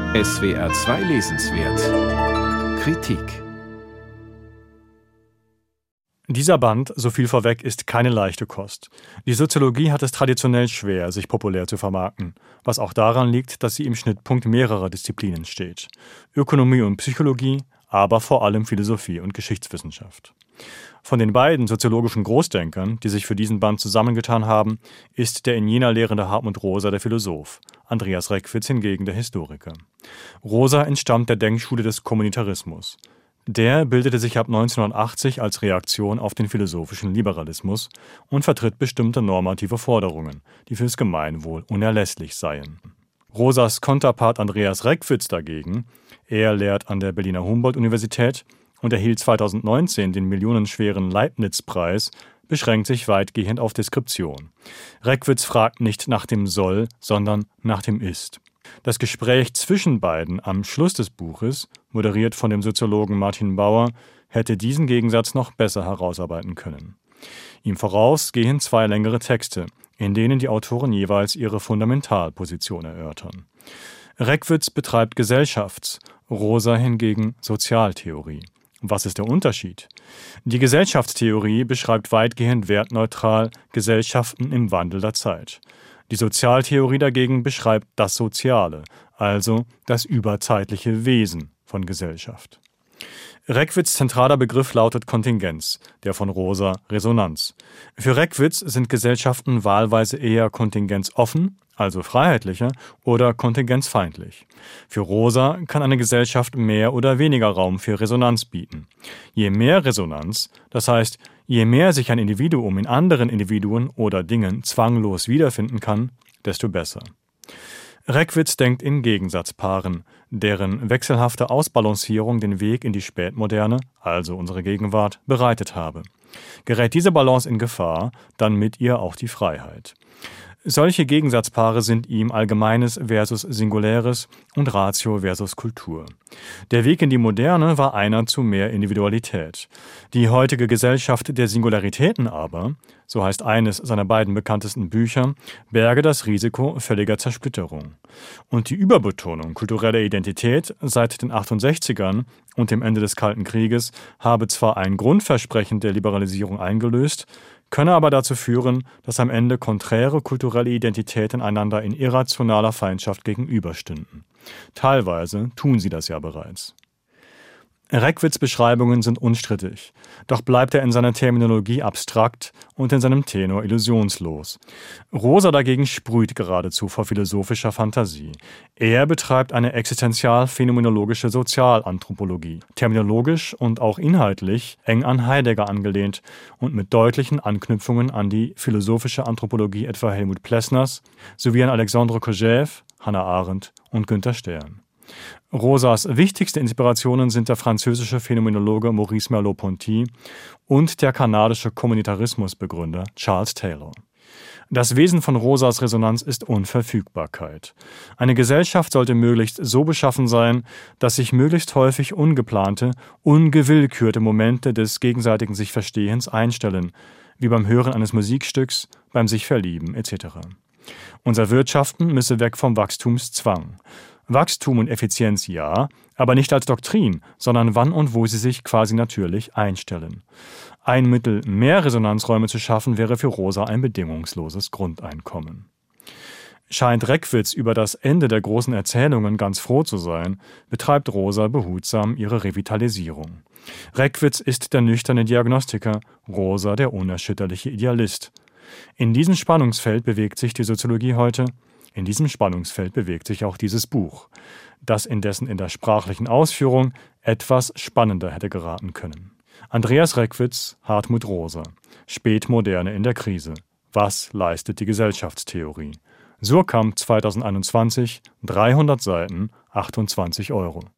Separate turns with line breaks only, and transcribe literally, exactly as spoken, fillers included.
S W R zwei Lesenswert Kritik.
Dieser Band, so viel vorweg, ist keine leichte Kost. Die Soziologie hat es traditionell schwer, sich populär zu vermarkten, was auch daran liegt, dass sie im Schnittpunkt mehrerer Disziplinen steht. Ökonomie und Psychologie, aber vor allem Philosophie und Geschichtswissenschaft. Von den beiden soziologischen Großdenkern, die sich für diesen Band zusammengetan haben, ist der in Jena lehrende Hartmut Rosa der Philosoph, Andreas Reckwitz hingegen der Historiker. Rosa entstammt der Denkschule des Kommunitarismus. Der bildete sich ab neunzehnhundertachtzig als Reaktion auf den philosophischen Liberalismus und vertritt bestimmte normative Forderungen, die fürs Gemeinwohl unerlässlich seien. Rosas Konterpart Andreas Reckwitz dagegen, er lehrt an der Berliner Humboldt-Universität und erhielt zweitausendneunzehn den millionenschweren Leibniz-Preis, beschränkt sich weitgehend auf Deskription. Reckwitz fragt nicht nach dem Soll, sondern nach dem Ist. Das Gespräch zwischen beiden am Schluss des Buches, moderiert von dem Soziologen Martin Bauer, hätte diesen Gegensatz noch besser herausarbeiten können. Ihm voraus gehen zwei längere Texte, in denen die Autoren jeweils ihre Fundamentalposition erörtern. Reckwitz betreibt Gesellschafts-, Rosa hingegen Sozialtheorie. Was ist der Unterschied? Die Gesellschaftstheorie beschreibt weitgehend wertneutral Gesellschaften im Wandel der Zeit. Die Sozialtheorie dagegen beschreibt das Soziale, also das überzeitliche Wesen von Gesellschaft. Reckwitz' zentraler Begriff lautet Kontingenz, der von Rosa Resonanz. Für Reckwitz sind Gesellschaften wahlweise eher kontingenzoffen, also freiheitlicher, oder kontingenzfeindlich. Für Rosa kann eine Gesellschaft mehr oder weniger Raum für Resonanz bieten. Je mehr Resonanz, das heißt, je mehr sich ein Individuum in anderen Individuen oder Dingen zwanglos wiederfinden kann, desto besser. Reckwitz denkt in Gegensatzpaaren, deren wechselhafte Ausbalancierung den Weg in die Spätmoderne, also unsere Gegenwart, bereitet habe. Gerät diese Balance in Gefahr, dann mit ihr auch die Freiheit. Solche Gegensatzpaare sind ihm Allgemeines versus Singuläres und Ratio versus Kultur. Der Weg in die Moderne war einer zu mehr Individualität. Die heutige Gesellschaft der Singularitäten aber, so heißt eines seiner beiden bekanntesten Bücher, berge das Risiko völliger Zersplitterung. Und die Überbetonung kultureller Identität seit den achtundsechzigern und dem Ende des Kalten Krieges habe zwar ein Grundversprechen der Liberalisierung eingelöst, könne aber dazu führen, dass am Ende konträre kulturelle Identitäten einander in irrationaler Feindschaft gegenüberstünden. Teilweise tun sie das ja bereits. Reckwitz' Beschreibungen sind unstrittig, doch bleibt er in seiner Terminologie abstrakt und in seinem Tenor illusionslos. Rosa dagegen sprüht geradezu vor philosophischer Fantasie. Er betreibt eine existenzial-phänomenologische Sozialanthropologie, terminologisch und auch inhaltlich eng an Heidegger angelehnt und mit deutlichen Anknüpfungen an die philosophische Anthropologie etwa Helmut Plessners sowie an Alexandre Kojève, Hannah Arendt und Günther Stern. Rosas wichtigste Inspirationen sind der französische Phänomenologe Maurice Merleau-Ponty und der kanadische Kommunitarismusbegründer Charles Taylor. Das Wesen von Rosas Resonanz ist Unverfügbarkeit. Eine Gesellschaft sollte möglichst so beschaffen sein, dass sich möglichst häufig ungeplante, ungewillkürte Momente des gegenseitigen Sich-Verstehens einstellen, wie beim Hören eines Musikstücks, beim Sich-Verlieben et cetera. Unser Wirtschaften müsse weg vom Wachstumszwang. Wachstum und Effizienz ja, aber nicht als Doktrin, sondern wann und wo sie sich quasi natürlich einstellen. Ein Mittel, mehr Resonanzräume zu schaffen, wäre für Rosa ein bedingungsloses Grundeinkommen. Scheint Reckwitz über das Ende der großen Erzählungen ganz froh zu sein, betreibt Rosa behutsam ihre Revitalisierung. Reckwitz ist der nüchterne Diagnostiker, Rosa der unerschütterliche Idealist. In diesem Spannungsfeld bewegt sich die Soziologie heute. In diesem Spannungsfeld bewegt sich auch dieses Buch, das indessen in der sprachlichen Ausführung etwas spannender hätte geraten können. Andreas Reckwitz, Hartmut Rosa. Spätmoderne in der Krise. Was leistet die Gesellschaftstheorie? Suhrkamp zweitausendeinundzwanzig, dreihundert Seiten, achtundzwanzig Euro.